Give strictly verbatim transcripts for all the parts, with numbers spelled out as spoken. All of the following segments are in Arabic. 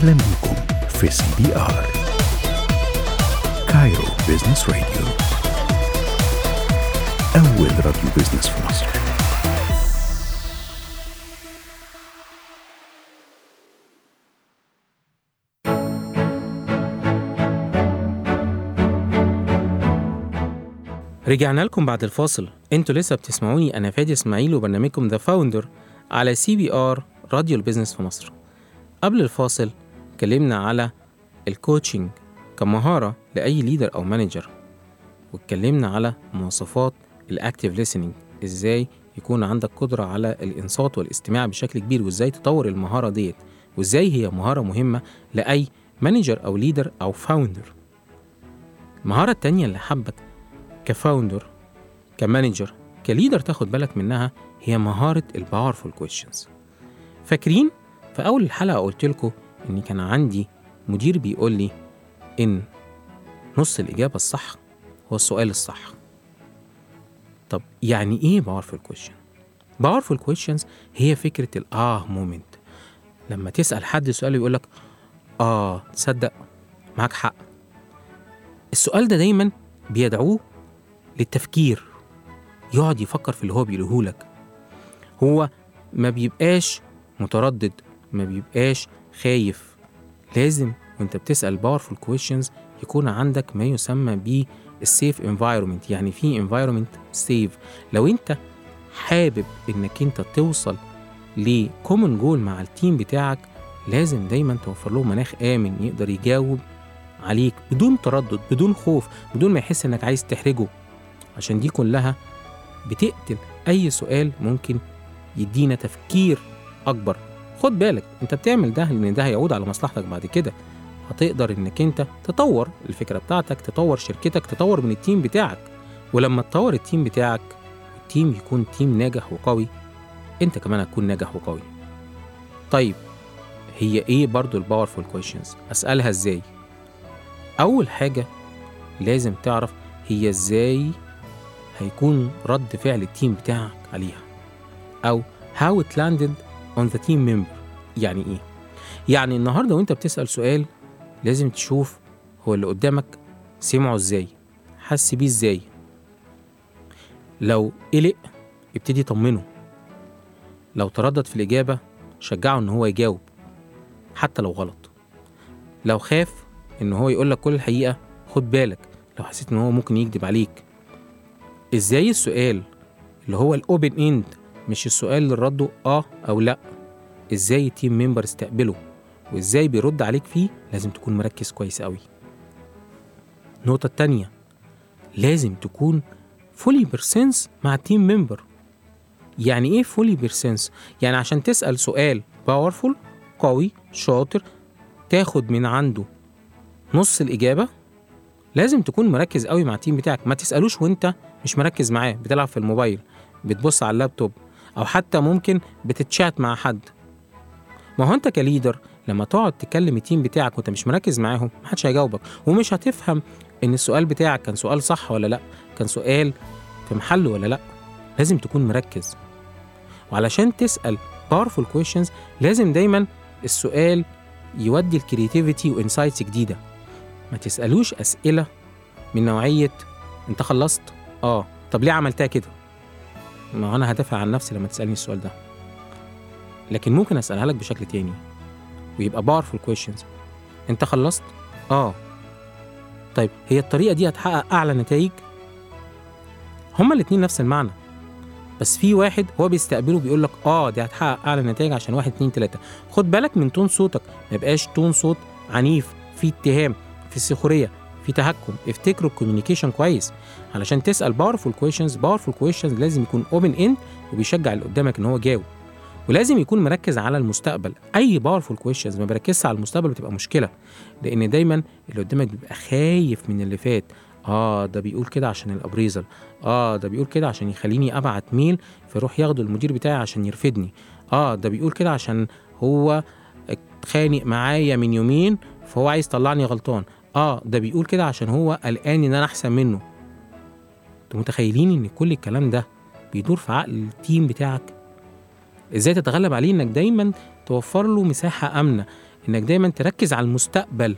أهلا بكم في سي بي آر كايرو بيزنس راديو، أول راديو بيزنس في مصر. رجعنا لكم بعد الفاصل. انتوا لسه بتسمعوني، انا فادي اسماعيل وبرنامجكم ذا فاوندر على سي بي آر راديو البيزنس في مصر. قبل الفاصل اتكلمنا على الكوتشنج كمهارة لأي ليدر أو مانجر، واتكلمنا على مواصفات الأكتيف ليسننج، ازاي يكون عندك قدرة على الإنصات والاستماع بشكل كبير، وازاي تطور المهارة ديت، وازاي هي مهارة مهمة لأي مانجر أو ليدر أو فاوندر. المهارة التانية اللي حابك كفاوندر، كمانجر، كليدر تاخد بالك منها هي مهارة الباورفul questions. فاكرين في أول الحلقة قلت لكم إن كان عندي مدير بيقول لي إن نص الإجابة الصح هو السؤال الصح. طب يعني إيه باورفul question؟ باورفul questions هي فكرة الآه مومنت. لما تسأل حد سؤال يقول لك آه تصدق معاك حق. السؤال ده دايما بيدعوه للتفكير، يقعد يفكر في اللي هو بيقوله لك. هو ما بيبقاش متردد، ما بيبقاش خايف. لازم وانت بتسأل powerful questions يكون عندك ما يسمى ب السيف environment، يعني في environment safe. لو انت حابب انك انت توصل لكومن جول مع التيم بتاعك، لازم دايما توفر له مناخ آمن يقدر يجاوب عليك بدون تردد، بدون خوف، بدون ما يحس انك عايز تحرجه، عشان دي كلها بتقتل أي سؤال ممكن يدينا تفكير أكبر. خد بالك أنت بتعمل ده لأن ده هيعود على مصلحتك بعد كده. هتقدر إنك أنت تطور الفكرة بتاعتك، تطور شركتك، تطور من التيم بتاعك. ولما تطور التيم بتاعك والتيم يكون تيم ناجح وقوي، أنت كمان هتكون ناجح وقوي. طيب هي إيه برضو الباورفul questions؟ أسألها إزاي؟ أول حاجة لازم تعرف هي إزاي هيكون رد فعل التيم بتاعك عليها، أو how it landed on the team member. يعني إيه؟ يعني النهاردة وإنت بتسأل سؤال لازم تشوف هو اللي قدامك سمعه إزاي، حس بيه إزاي. لو قلق ابتدي طمنه، لو تردد في الإجابة شجعه إن هو يجاوب حتى لو غلط. لو خاف إن هو يقولك كل الحقيقة خد بالك لو حسيت إن هو ممكن يكذب عليك. ازاي السؤال اللي هو الاوبن اند، مش السؤال اللي رده اه او لا، ازاي التيم ممبر استقبله وازاي بيرد عليك فيه، لازم تكون مركز كويس قوي. النقطة التانية لازم تكون فولي بيرسنس مع التيم ممبر. يعني ايه فولي بيرسنس؟ يعني عشان تسأل سؤال باورفول قوي شاطر تاخد من عنده نص الإجابة، لازم تكون مركز قوي مع التيم بتاعك. ما تسألوش وانت مش مركز معاه، بتلعب في الموبايل، بتبص على اللابتوب، او حتى ممكن بتتشات مع حد. ما هو انت كليدر لما تقعد تكلم التيم بتاعك وانت مش مركز معاهم، محدش هيجاوبك ومش هتفهم ان السؤال بتاعك كان سؤال صح ولا لا، كان سؤال في محله ولا لا. لازم تكون مركز. وعلشان تسأل powerful questions لازم دايما السؤال يودي الكرياتيفيتي وانسايتس جديدة. ما تسألوش أسئلة من نوعية انت خلصت؟ اه طب ليه عملتها كده؟ ما انا هدافع عن نفسي لما تسألني السؤال ده. لكن ممكن اسألها لك بشكل تاني ويبقى powerful questions. انت خلصت؟ اه طيب هي الطريقة دي هتحقق اعلى نتائج؟ هما الاتنين نفس المعنى، بس في واحد هو بيستقبله بيقول لك اه دي هتحقق اعلى نتائج عشان واحد اتنين تلاتة. خد بالك من تون صوتك، ما يبقاش تون صوت عنيف، في اتهام، في سخرية، في تهكم. افتكروا الكوميونيكيشن كويس علشان تسأل powerful questions. powerful questions لازم يكون open end وبيشجع اللي قدامك ان هو يجاوب، ولازم يكون مركز على المستقبل. اي powerful questions ما بيركزش على المستقبل بتبقى مشكلة، لان دايما اللي قدامك بيبقى خايف من اللي فات. اه ده بيقول كده عشان الابريزل، اه ده بيقول كده عشان يخليني ابعت ميل فيروح ياخده المدير بتاعي عشان يرفدني، اه ده بيقول كده عشان هو اتخانق معايا من يومين فهو عايز يطلعني غلطان، اه ده بيقول كده عشان هو قلقان ان انا احسن منه. انتوا متخيلين ان كل الكلام ده بيدور في عقل التيم بتاعك؟ ازاي تتغلب عليه؟ انك دايما توفر له مساحة امنة، انك دايما تركز على المستقبل،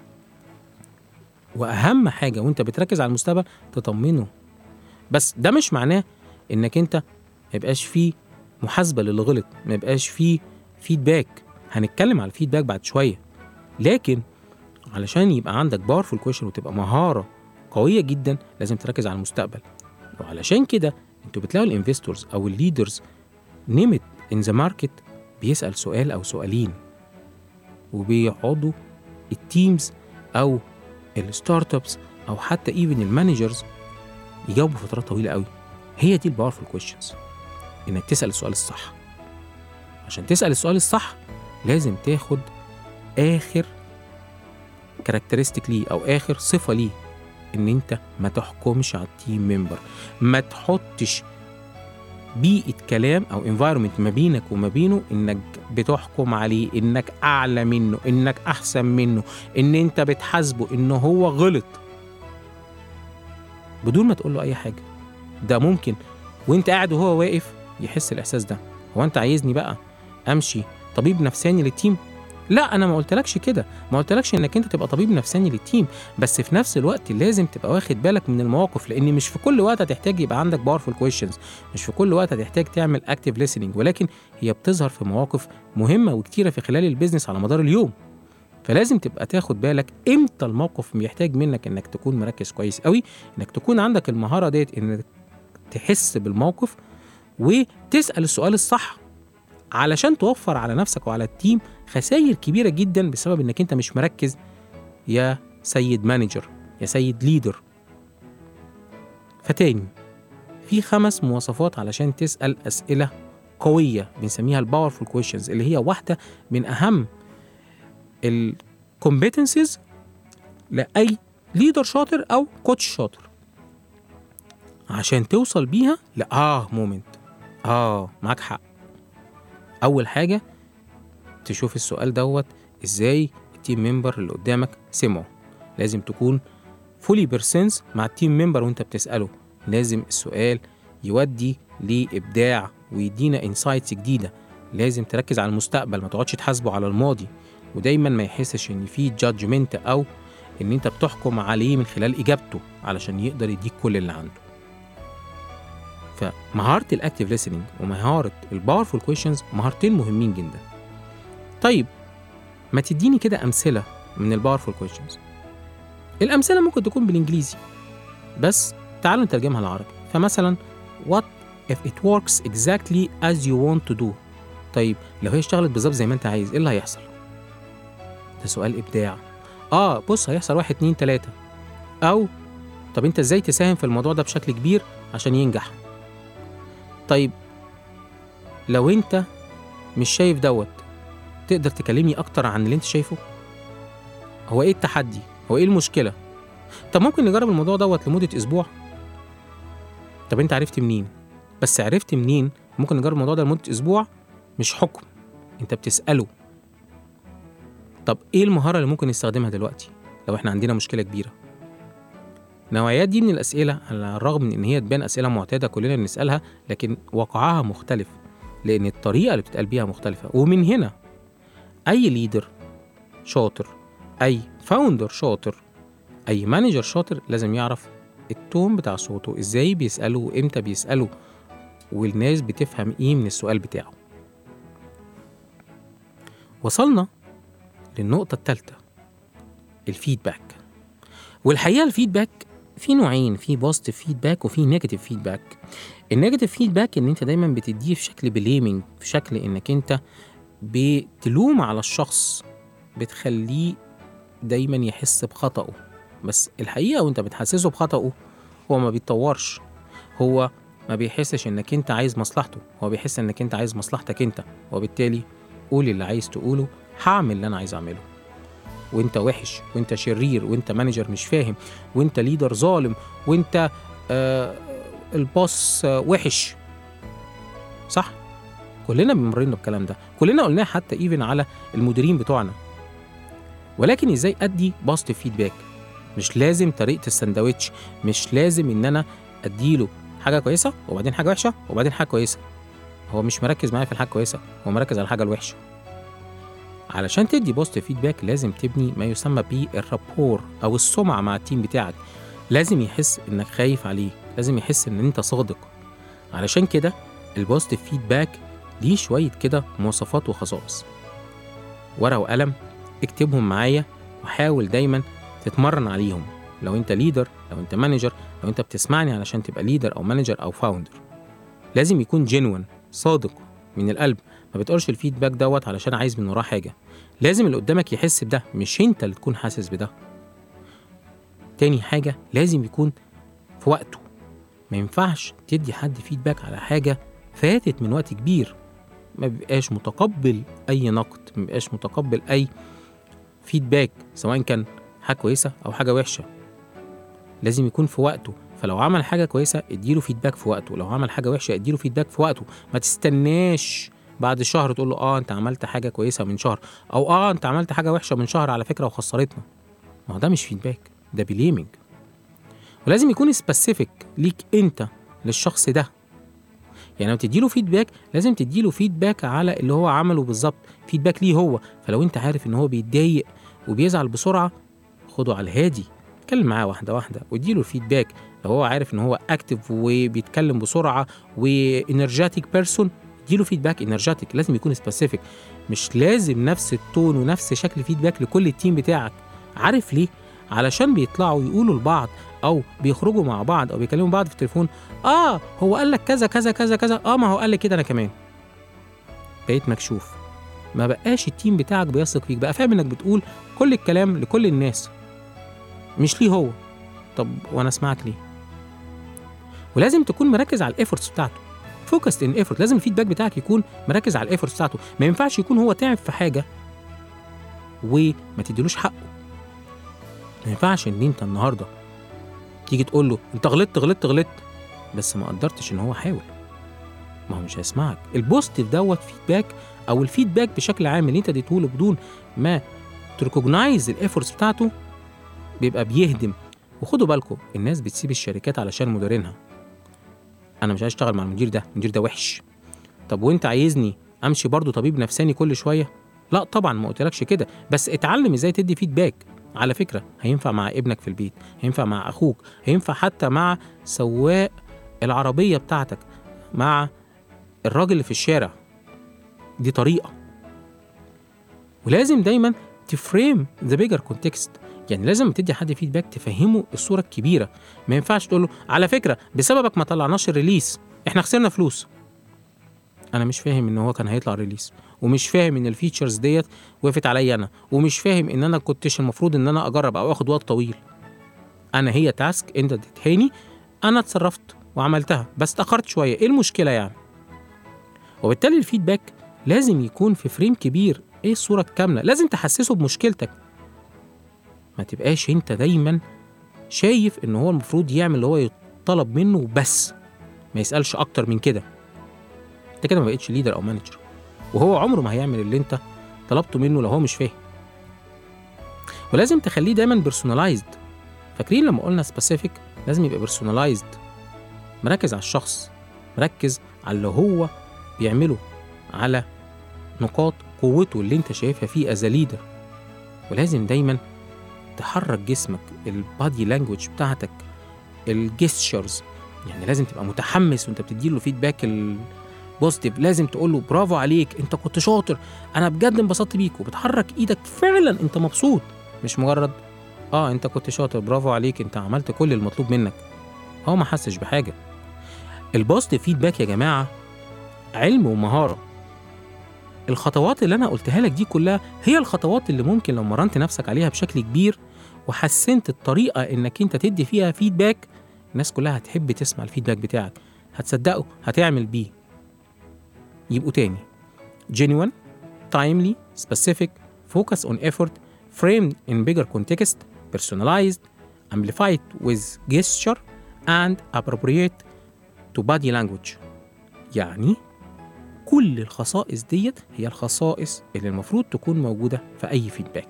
واهم حاجه وانت بتركز على المستقبل تطمنه. بس ده مش معناه انك انت ما يبقاش فيه محاسبه للي غلط، ما يبقاش فيه فيدباك. هنتكلم على الفيدباك بعد شويه، لكن علشان يبقى عندك باورفul كويشن وتبقى مهاره قويه جدا لازم تركز على المستقبل. وعلشان كده انتوا بتلاقوا الانفستورز او الليدرز نيمت ان ذا ماركت بيسال سؤال او سؤالين، وبيقعدوا التيمز او الستارت ابس او حتى ايفن المانجرز يجاوبوا فترات طويله قوي. هي دي الباورفul كويشنز، انك تسال السؤال الصح. عشان تسال السؤال الصح لازم تاخد اخر كاركترستيك ليه او اخر صفه ليه، ان انت ما تحكمش على التيم ممبر، ما تحطش بيئه كلام او انفايرمنت ما بينك وما بينه انك بتحكم عليه، انك اعلى منه، انك احسن منه، ان انت بتحاسبه انه هو غلط بدون ما تقول له اي حاجه. ده ممكن وانت قاعد وهو واقف يحس الاحساس ده. هو انت عايزني بقى امشي طبيب نفساني للتيم؟ لا، انا ما قلتلكش كده، ما قلتلكش انك انت تبقى طبيب نفساني للتيم، بس في نفس الوقت لازم تبقى واخد بالك من المواقف، لان مش في كل وقت هتحتاج يبقى عندك باورفul كويشنز، مش في كل وقت هتحتاج تعمل اكتيف ليسننج، ولكن هي بتظهر في مواقف مهمه وكتيره في خلال البيزنس على مدار اليوم. فلازم تبقى تاخد بالك امتى الموقف بيحتاج منك انك تكون مركز كويس قوي، انك تكون عندك المهاره ديت انك تحس بالموقف وتسال السؤال الصح، علشان توفر على نفسك وعلى التيم خسائر كبيرة جدا بسبب انك انت مش مركز يا سيد مانجر، يا سيد ليدر. فتاني، في خمس مواصفات علشان تسأل أسئلة قوية بنسميها الباورفul كويشنز، اللي هي واحدة من أهم الكومبيتنسز لأي ليدر شاطر أو كوتش شاطر، عشان توصل بيها لآه مومنت. آه معاك حق. أول حاجة تشوف السؤال دوت ازاي التيم ممبر اللي قدامك سمعه. لازم تكون فولي بيرسنس مع التيم ممبر وانت بتسأله. لازم السؤال يودي لإبداع ويدينا انسايتس جديدة. لازم تركز على المستقبل، ما تقعدش تحاسبه على الماضي، ودايما ما يحسش ان في جادجمنت او ان انت بتحكم عليه من خلال اجابته، علشان يقدر يديك كل اللي عنده. فمهارة الاكتيف ليسننج ومهارة الباورفul كويشنز مهارتين مهمين جدا. طيب ما تديني كده أمثلة من الباورفul كويشنز. الأمثلة ممكن تكون بالإنجليزي، بس تعالوا نترجمها للعربي. فمثلا what if it works exactly as you want to do. طيب لو هي اشتغلت بالظبط زي ما انت عايز ايه اللي هيحصل؟ ده سؤال إبداع. آه بص هيحصل واحد اتنين تلاتة. أو طب انت ازاي تساهم في الموضوع ده بشكل كبير عشان ينجح؟ طيب لو انت مش شايف دوت تقدر تكلمني اكتر عن اللي انت شايفه؟ هو ايه التحدي؟ هو ايه المشكلة؟ طب ممكن نجرب الموضوع دوت لمدة اسبوع. طب انت عرفت منين؟ بس عرفت منين ممكن نجرب الموضوع ده لمدة اسبوع مش حكم، انت بتسأله. طب ايه المهارة اللي ممكن نستخدمها دلوقتي لو احنا عندنا مشكلة كبيرة؟ نوعيات دي من الأسئلة على الرغم من ان هي تبان أسئلة معتادة كلنا بنسألها، لكن واقعها مختلف لان الطريقة اللي بتتقال بيها مختلفة. ومن هنا أي ليدر شاطر، أي فاوندر شاطر، أي مانجر شاطر لازم يعرف التون بتاع صوته، إزاي بيسأله وإمتى بيسأله، والناس بتفهم إيه من السؤال بتاعه. وصلنا للنقطة الثالثة، الفيدباك. والحقيقة الفيدباك في نوعين، في بوزيتيف فيدباك وفي نيجاتيف فيدباك. النيجاتيف فيدباك إن أنت دايما بتديه في شكل بليمينج، في شكل إنك أنت بتلوم على الشخص، بتخليه دايما يحس بخطأه. بس الحقيقة وانت بتحسسه بخطأه هو ما بيتطورش، هو ما بيحسش انك انت عايز مصلحته، هو بيحس انك انت عايز مصلحتك انت. وبالتالي قول اللي عايز تقوله، هعمل اللي انا عايز اعمله. وانت وحش، وانت شرير، وانت مانجر مش فاهم، وانت ليدر ظالم، وانت آه البوس آه وحش. صح؟ كلنا بنمرنا بالكلام ده، كلنا قلناه حتى ايفن على المديرين بتوعنا. ولكن ازاي ادي بوزيتيف فيدباك؟ مش لازم طريقه الساندوتش، مش لازم ان انا اديله حاجه كويسه وبعدين حاجه وحشه وبعدين حاجه كويسه. هو مش مركز معايا في الحاجه كويسه، هو مركز على الحاجه الوحشه. علشان تدي بوزيتيف فيدباك لازم تبني ما يسمى بالرابور أو السمعة مع التيم بتاعك. لازم يحس إنك خايف عليه، لازم يحس إن أنت صادق. علشان كده البوزيتيف فيدباك ليه شوية كده مواصفات وخصائص. ورقة وقلم اكتبهم معايا وحاول دايما تتمرن عليهم. لو انت ليدر، لو انت مانجر، لو انت بتسمعني علشان تبقى ليدر او مانجر او فاوندر، لازم يكون جينوين، صادق من القلب. ما بتقولش الفيدباك دوت علشان عايز من وراه حاجة. لازم اللي قدامك يحس بده، مش انت اللي تكون حاسس بده. تاني حاجة لازم يكون في وقته. ما ينفعش تدي حد فيدباك على حاجة فاتت من وقت كبير. ما بيبقاش متقبل أي نقد، ما بيبقاش متقبل أي فيدباك سواء كان حاجة كويسة أو حاجة وحشة. لازم يكون في وقته. فلو عمل حاجة كويسة اديله فيدباك في وقته، لو عمل حاجة وحشة اديله فيدباك في وقته. ما تستناش بعد شهر تقول له اه انت عملت حاجة كويسة من شهر، او اه انت عملت حاجة وحشة من شهر على فكرة وخسرتنا. ما هو ده مش فيدباك، ده بليمنج. ولازم يكون سبيسيفيك ليك انت للشخص ده. يعني لو تديله فيدباك لازم تديله فيدباك على اللي هو عمله بالظبط، فيدباك ليه هو. فلو انت عارف ان هو بيتضايق وبيزعل بسرعة، خده على الهادي، اتكلم معاه واحدة واحدة واديله الفيدباك. لو هو عارف ان هو اكتف وبيتكلم بسرعة وانرجاتيك بيرسون، اديله فيدباك انرجاتيك. لازم يكون سبيسيفيك، مش لازم نفس التون ونفس شكل فيدباك لكل التيم بتاعك. عارف ليه؟ علشان بيطلعوا يقولوا لبعض او بيخرجوا مع بعض او بيكلموا بعض في التليفون، اه هو قال لك كذا كذا كذا كذا، اه ما هو قال لي كده انا كمان. بقيت مكشوف، ما بقاش التيم بتاعك بيثق فيك، بقى فاهم انك بتقول كل الكلام لكل الناس مش ليه هو. طب وانا اسمعك ليه؟ ولازم تكون مركز على الايفورتس بتاعته، فوكس ان ايفورت. لازم الفيدباك بتاعك يكون مركز على الايفورتس بتاعته. ما ينفعش يكون هو تعب في حاجه وما تديلوش حقه. ما ينفعش ان انت النهارده تيجي تقول له انت غلطت غلطت غلطت بس ما قدرتش ان هو حاول، ما هو مش هيسمعك. البوزيتيف دوت فيدباك او الفيدباك بشكل عام اللي انت اديته له بدون ما تريكوجنايز الايفورتس بتاعته بيبقى بيهدم. وخدوا بالكم الناس بتسيب الشركات علشان مديرينها. انا مش عايز اشتغل مع المدير ده، المدير ده وحش. طب وانت عايزني امشي برضو طبيب نفساني كل شويه؟ لا طبعا ما قلتلكش كده، بس اتعلم ازاي تدي فيدباك. على فكره هينفع مع ابنك في البيت، هينفع مع اخوك، هينفع حتى مع سواق العربيه بتاعتك، مع الراجل اللي في الشارع. دي طريقه. ولازم دايما تفريم ذا بيجر كونتكست. يعني لازم تدي حد فيدباك تفهمه الصوره الكبيره. ما ينفعش تقول له على فكره بسببك ما طلعناش الريليس، احنا خسرنا فلوس. انا مش فاهم ان هو كان هيطلع ريليس، ومش فاهم ان الفيتشرز ديت وقفت عليا انا، ومش فاهم ان انا كنتش المفروض ان انا اجرب او اخد وقت طويل. انا هي تاسك انت اديتهاني، انا اتصرفت وعملتها بس اتاخرت شويه، ايه المشكله يعني؟ وبالتالي الفيدباك لازم يكون في فريم كبير. ايه الصوره الكامله؟ لازم تحسسه بمشكلتك. ما تبقاش انت دايما شايف ان هو المفروض يعمل اللي هو يطلب منه بس ما يسالش اكتر من كده. انت كده ما بقتش ليدر او مانجر، وهو عمره ما هيعمل اللي انت طلبته منه لو هو مش فاهم. ولازم تخليه دايما بيرسوناليزد. فاكرين لما قلنا سبيسيفيك؟ لازم يبقى بيرسوناليزد، مركز على الشخص، مركز على اللي هو بيعمله، على نقاط قوته اللي انت شايفها فيه از ليدر. ولازم دايما تحرك جسمك، البادي لانجوج بتاعتك، الجيستشرز. يعني لازم تبقى متحمس وانت بتديله فيدباك البوزيتيف. لازم تقول له برافو عليك، انت كنت شاطر، انا بجد انبسطت بيك، وبتحرك ايدك فعلا انت مبسوط، مش مجرد اه انت كنت شاطر برافو عليك انت عملت كل المطلوب منك. هو ما حسش بحاجه. البوزيتيف فيدباك يا جماعه علم ومهاره. الخطوات اللي انا قلتها لك دي كلها هي الخطوات اللي ممكن لو مرنت نفسك عليها بشكل كبير وحسنت الطريقه انك انت تدي فيها فيدباك، الناس كلها هتحب تسمع الفيدباك بتاعك، هتصدقه، هتعمل بيه. يبقوا تاني: genuine, timely, specific, focus on effort, framed in bigger context, personalized, amplified with gesture, and appropriate to body language. يعني كل الخصائص ديت هي الخصائص اللي المفروض تكون موجودة في أي فيدباك.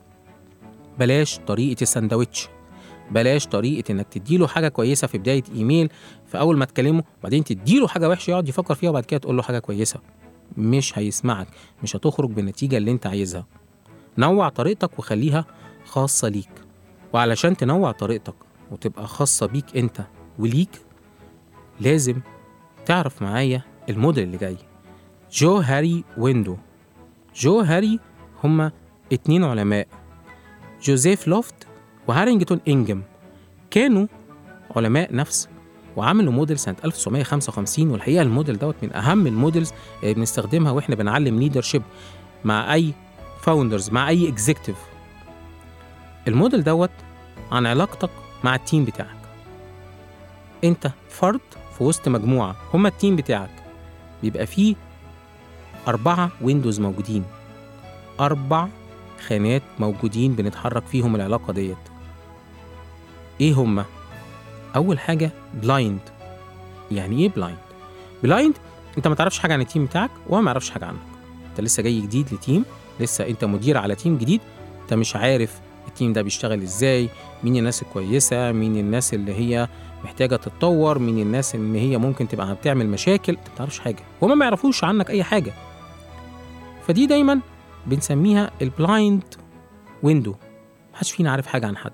بلاش طريقة الساندويتش، بلاش طريقة إنك تديله حاجة كويسة في بداية إيميل في أول ما تكلمه، وبعدين تديله حاجة وحشة يقعد يفكر فيها وبعد كده تقول له حاجة كويسة. مش هيسمعك، مش هتخرج بالنتيجة اللي انت عايزها. نوع طريقتك وخليها خاصة ليك. وعلشان تنوع طريقتك وتبقى خاصة بيك انت وليك، لازم تعرف معايا الموديل اللي جاي، جو هاري ويندو. جو هاري هما اتنين علماء، جوزيف لوفت وهارينجتون إنجم، كانوا علماء نفس وعملوا موديل سنة ألف وتسعمية وخمسة وخمسين. والحقيقة الموديل دوت من أهم الموديلز اللي بنستخدمها وإحنا بنعلم ليدرشيب مع أي فاوندرز، مع أي إكزيكتيف. الموديل دوت عن علاقتك مع التيم بتاعك. أنت فرد في وسط مجموعة، هما التيم بتاعك. بيبقى فيه أربعة ويندوز موجودين، أربع خانات موجودين بنتحرك فيهم العلاقة ديت. إيه هما؟ أول حاجة بلايند. يعني إيه بلايند؟ بلايند أنت ما تعرفش حاجة عن التيم بتاعك وهو ما يعرفش حاجة عنك. أنت لسه جاي جديد لتيم، لسه أنت مدير على تيم جديد، أنت مش عارف التيم ده بيشتغل إزاي، مين الناس الكويسة، مين الناس اللي هي محتاجة تتطور، مين الناس اللي هي ممكن تبقى بتعمل مشاكل. أنت ما تعرفش حاجة، هما ما يعرفوش عنك أي حاجة. فدي دايما بنسميها البلايند ويندو. محدش فينا عارف حاجة عن حد.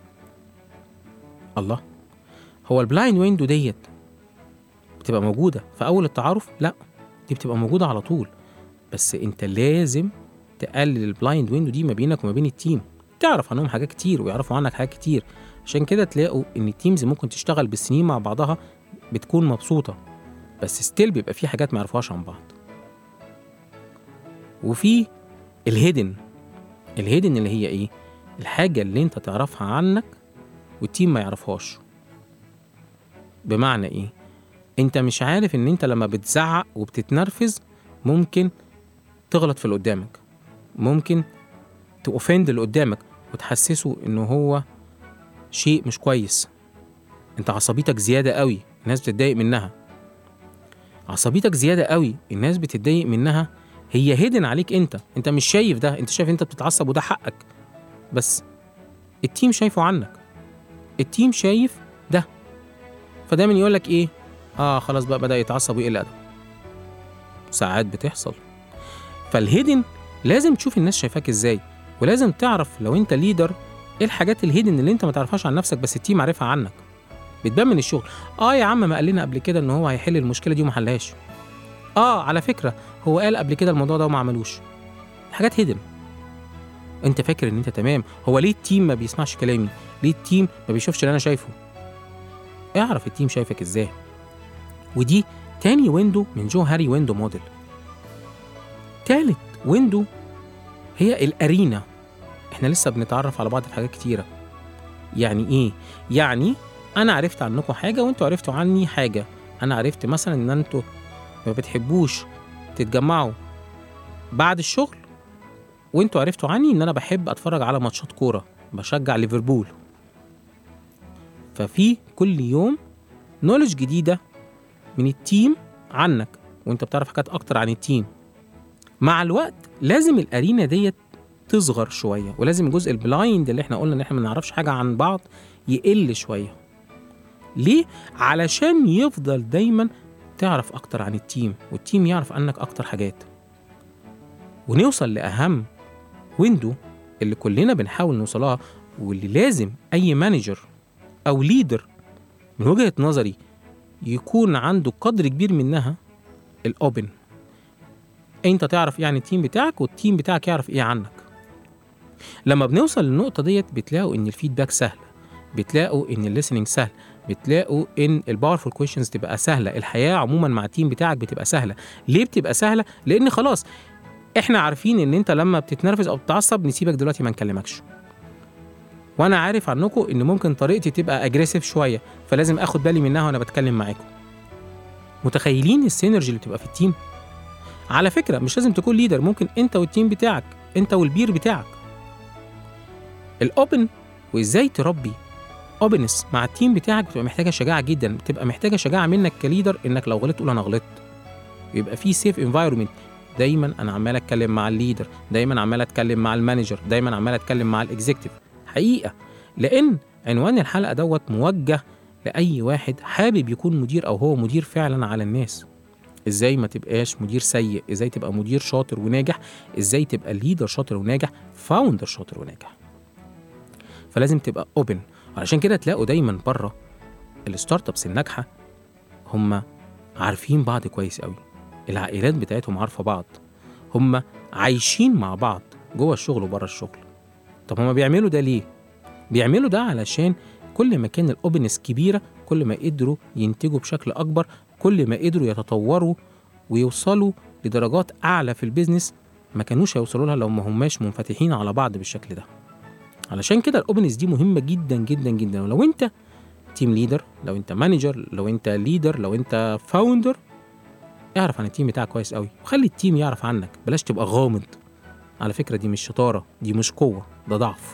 الله، هو البلايند ويندو ديت بتبقى موجودة في أول التعارف؟ لا، دي بتبقى موجودة على طول. بس أنت لازم تقلل البلايند ويندو دي ما بينك وما بين التيم، تعرف عنهم حاجات كتير ويعرفوا عنك حاجات كتير. عشان كده تلاقوا إن التيمز ممكن تشتغل بالسنين مع بعضها بتكون مبسوطة، بس ستيل بيبقى في حاجات ما يعرفوهاش عن بعض. وفي الهيدن. الهيدن اللي هي إيه؟ الحاجة اللي أنت تعرفها عنك والتيم ما يعرفهاش. بمعنى إيه؟ أنت مش عارف إن أنت لما بتزعق وبتتنرفز ممكن تغلط في اللي قدامك، ممكن تأوفند اللي قدامك وتحسسه إنه هو شيء مش كويس. أنت عصبيتك زيادة قوي، الناس بتتضايق منها. عصبيتك زيادة قوي، الناس بتتضايق منها، هي هيدن عليك. أنت أنت مش شايف ده، أنت شايف أنت بتتعصب وده حقك، بس التيم شايفه عنك، التيم شايف ده. فدايما يقولك إيه؟ آه خلاص بقى بدأ يتعصب ويقل أدب. ساعات بتحصل. فالهيدن لازم تشوف الناس شايفاك إزاي، ولازم تعرف لو أنت ليدر إيه الحاجات الهيدن اللي أنت ما تعرفهاش عن نفسك بس التيم عارفها عنك. بتبان من الشغل. آه يا عم ما قال لنا قبل كده إن هو هيحل المشكلة دي وما حلهاش. آه على فكرة هو قال قبل كده الموضوع ده وما عملوش. حاجات هيدن. أنت فاكر إن أنت تمام. هو ليه التيم ما بيسمعش كلامي؟ ليه التيم ما بيشوفش اللي أنا شايفه؟ اعرف التيم شايفك إزاي. ودي تاني ويندو من جو هاري ويندو موديل. تالت ويندو هي الأرينا. إحنا لسه بنتعرف على بعض في حاجات كتيرة. يعني إيه؟ يعني أنا عرفت عنكم حاجة وإنتوا عرفتوا عني حاجة. أنا عرفت مثلا إن أنتوا ما بتحبوش تتجمعوا بعد الشغل، وإنتوا عرفتوا عني إن أنا بحب أتفرج على ماتشات كورة، بشجع ليفربول. ففي كل يوم نولج جديدة من التيم عنك، وإنت بتعرف حاجات أكتر عن التيم. مع الوقت لازم الأرينا ديت تصغر شوية، ولازم الجزء البلايند اللي احنا قلنا ان احنا ما نعرفش حاجة عن بعض يقل شوية. ليه؟ علشان يفضل دايما تعرف اكتر عن التيم، والتيم يعرف عنك اكتر حاجات، ونوصل لأهم ويندو اللي كلنا بنحاول نوصلها، واللي لازم اي مانجر او ليدر من وجهة نظري يكون عنده قدر كبير منها، الأوبن. انت تعرف يعني التيم بتاعك والتيم بتاعك يعرف ايه عنك. لما بنوصل للنقطة ديت بتلاقوا ان الفيدباك سهل، بتلاقوا ان الليسننج سهل، بتلاقوا ان الباورفول كويشنز تبقى سهلة. الحياة عموما مع التيم بتاعك بتبقى سهلة. ليه بتبقى سهلة؟ لان خلاص احنا عارفين ان انت لما بتتنرفز او بتتعصب نسيبك دلوقتي ما نكلمكش، وانا عارف عنكم ان ممكن طريقتي تبقى اجريسيف شوية، فلازم اخد بالي منها وانا بتكلم معاكم. متخيلين السينرجي اللي بتبقى في التيم؟ على فكرة مش لازم تكون ليدر، ممكن انت والتيم بتاعك، انت والبير بتاعك. الاوبن وازاي تربي اوبنس مع التيم بتاعك بتبقى محتاجة شجاعة جدا، بتبقى محتاجة شجاعة منك كليدر، انك لو غلطت تقول انا غلطت. يبقى في سيف انفايرمنت. دايما انا عمال اتكلم مع الليدر، دايما عمال اتكلم مع المانجر، دايما عمال اتكلم مع الاكزيكتيف. حقيقة لان عنوان الحلقة دوت موجه لأي واحد حابب يكون مدير أو هو مدير فعلا على الناس. ازاي ما تبقاش مدير سيء، ازاي تبقى مدير شاطر وناجح، ازاي تبقى ليدر شاطر وناجح، فاوندر شاطر وناجح. فلازم تبقى اوبن. علشان كده تلاقوا دايما بره الستارت ابس الناجحه هم عارفين بعض كويس قوي، العائلات بتاعتهم عارفه بعض، هم عايشين مع بعض جوه الشغل وبره الشغل. طب هم بيعملوا ده ليه؟ بيعملوا ده علشان كل ما كان الاوبنس كبيره كل ما قدروا ينتجوا بشكل اكبر، كل ما قدروا يتطوروا ويوصلوا لدرجات اعلى في البيزنس ما كانوش هيوصلوا لها لو ما هماش منفتحين على بعض بالشكل ده. علشان كده الاوبنس دي مهمه جدا جدا جدا. ولو انت تيم ليدر، لو انت مانجر، لو انت ليدر، لو انت فاوندر، اعرف عن التيم بتاعك كويس قوي وخلي التيم يعرف عنك. بلاش تبقى غامض. على فكره دي مش شطاره، دي مش قوه، ده ضعف.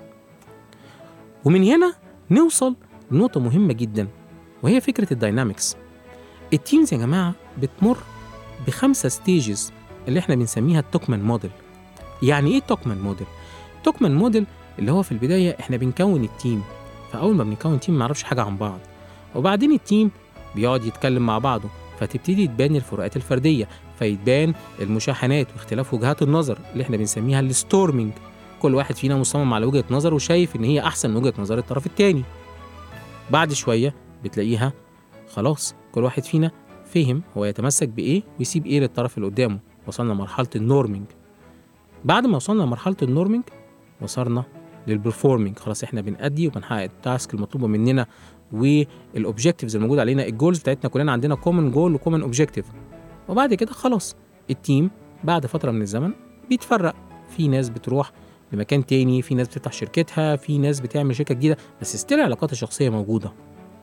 ومن هنا نوصل لنقطه مهمه جدا وهي فكره الداينامكس. التيمز يا جماعه بتمر بخمسه ستيجز اللي احنا بنسميها التوكمان موديل. يعني ايه التوكمان موديل؟ التوكمان موديل اللي هو في البدايه احنا بنكون التيم، فاول ما بنكون تيم ما نعرفش حاجه عن بعض، وبعدين التيم بيقعد يتكلم مع بعضه فتبتدي تبان الفروقات الفرديه، فيتبان المشاحنات واختلاف وجهات النظر اللي احنا بنسميها الستورمينج. كل واحد فينا مصمم على وجهه نظر وشايف ان هي احسن من وجهه نظر الطرف الثاني. بعد شويه بتلاقيها خلاص كل واحد فينا فهم هو يتمسك بايه ويسيب ايه للطرف اللي قدامه. وصلنا لمرحله النورمينج. بعد ما وصلنا لمرحله النورمينج وصلنا للبرفورمينج. خلاص احنا بنأدي وبنحقق التاسك المطلوبه مننا والاوبجكتيفز الموجود علينا، الجولز بتاعتنا كلنا عندنا كومن جول وكومن اوبجكتيف. وبعد كده خلاص التيم بعد فتره من الزمن بيتفرق، في ناس بتروح لمكان تاني، في ناس بتفتح شركتها، في ناس بتعمل شركه جديده، بس ستيل العلاقات الشخصيه موجوده.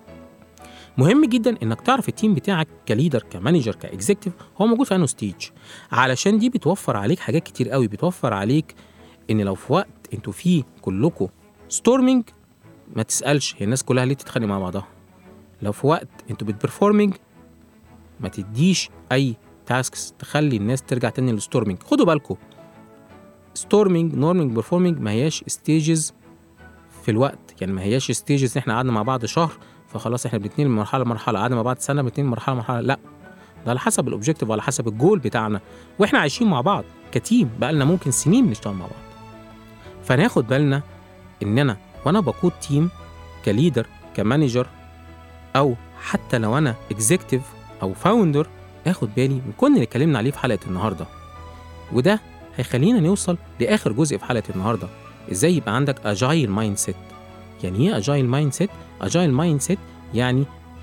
مهم جدا انك تعرف التيم بتاعك كليدر كمانجر كاكزيكتيف هو موجود في انه ستيج، علشان دي بتوفر عليك حاجات كتير قوي. بتوفر عليك ان لو في وقت انتوا فيه كلكم ستورمينج ما تسالش هي الناس كلها ليه بتتخانق مع بعضها. لو في وقت انتوا بتبرفورمينج ما تديش اي تاسكس تخلي الناس ترجع تاني للستورمينج. خدوا بالكم ستورمينج نورمينج بيرفورمينج ما هياش ستيجز في الوقت، يعني ما هياش ستيجز احنا قعدنا مع بعض شهر فخلاص احنا بنتنقل من مرحله لمرحله، قعدنا مع بعض سنه بنتنقل من مرحله لمرحله. لا، ده على حسب الاوبجكتيف وعلى حسب الجول بتاعنا، واحنا عايشين مع بعض كتيم بقالنا ممكن سنين بنشتغل مع بعض. فناخد بالنا ان انا وانا بقود تيم كليدر كمانجر او حتى لو انا اكزيكتيف او فاوندر اخد بالي من كل اللي اتكلمنا عليه في حلقه النهارده. وده هيخلينا نوصل لاخر جزء في حلقه النهارده، ازاي يبقى عندك اجايل مايند سيت. يعني ايه اجايل مايند سيت؟ اجايل مايند سيت يعني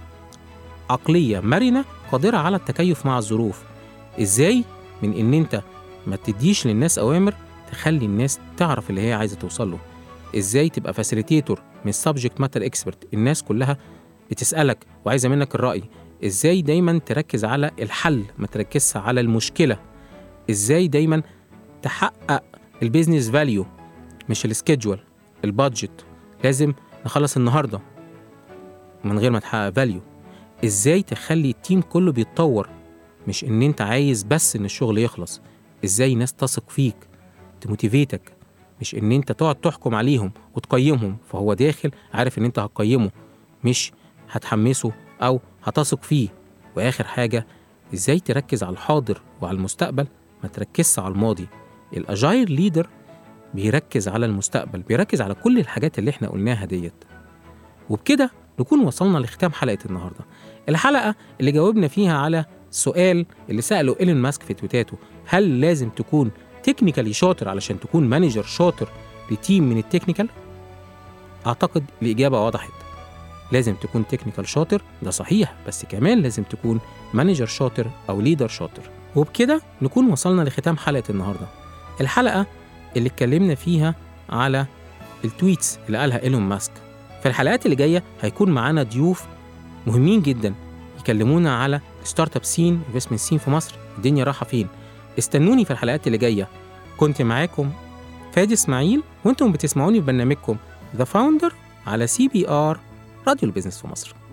عقليه مرنه قادره على التكيف مع الظروف. ازاي من ان انت ما تديش للناس اوامر تخلي الناس تعرف اللي هي عايزه توصل له. ازاي تبقى فاسيليتيتور من سبجكت ماتر اكسبرت، الناس كلها بتسالك وعايزه منك الراي. ازاي دايما تركز على الحل ما تركزش على المشكله. ازاي دايما تحقق البيزنس فاليو مش السكيدجول البادجت، لازم نخلص النهارده من غير ما تحقق فاليو. ازاي تخلي التيم كله بيتطور مش ان انت عايز بس ان الشغل يخلص. ازاي ناس تثق فيك تموتيفيتك مش ان انت تقعد تحكم عليهم وتقيمهم، فهو داخل عارف ان انت هتقيمه مش هتحمسه او هتثق فيه. واخر حاجه ازاي تركز على الحاضر وعلى المستقبل ما تركزش على الماضي. الاجايل ليدر بيركز على المستقبل، بيركز على كل الحاجات اللي احنا قلناها ديت. وبكده نكون وصلنا لختام حلقه النهارده، الحلقه اللي جاوبنا فيها على سؤال اللي سأله إيلون ماسك في تويتاته: هل لازم تكون تكنيكالي شاطر علشان تكون مانجر شاطر لتيم من التكنيكال؟ أعتقد الإجابة وضحت، لازم تكون تكنيكال شاطر ده صحيح، بس كمان لازم تكون مانجر شاطر أو ليدر شاطر. وبكده نكون وصلنا لختام حلقة النهاردة، الحلقة اللي اتكلمنا فيها على التويتس اللي قالها إيلون ماسك. في الحلقات اللي جاية هيكون معانا ضيوف مهمين جدا يكلمونا على ستارت اب سين انفستمنت سين في مصر، الدنيا رايحه فين. استنوني في الحلقات اللي جايه. كنت معاكم فادي اسماعيل وانتم بتسمعوني في برنامجكم ذا فاوندر على سي بي ار راديو البيزنس في مصر.